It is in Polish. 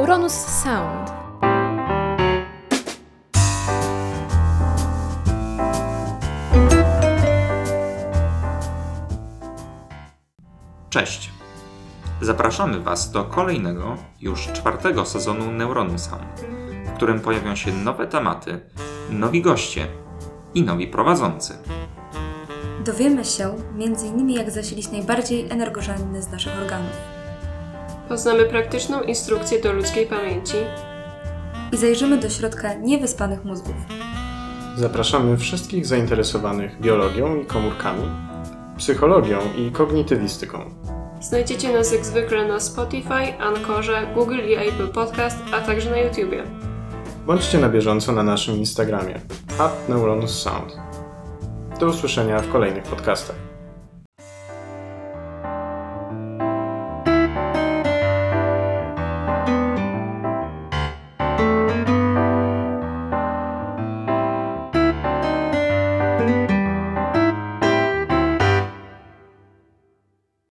Neuronus Sound. Cześć! Zapraszamy Was do kolejnego, już 4. sezonu Neuronu Sound, w którym pojawią się nowe tematy, nowi goście i nowi prowadzący. Dowiemy się m.in. jak zasilić najbardziej energożenny z naszych organów. Poznamy praktyczną instrukcję do ludzkiej pamięci I zajrzymy do środka niewyspanych mózgów. Zapraszamy wszystkich zainteresowanych biologią i komórkami, psychologią i kognitywistyką. Znajdziecie nas jak zwykle na Spotify, Anchorze, Google i Apple Podcast, a także na YouTubie. Bądźcie na bieżąco na naszym Instagramie @neuronussound. Do usłyszenia w kolejnych podcastach.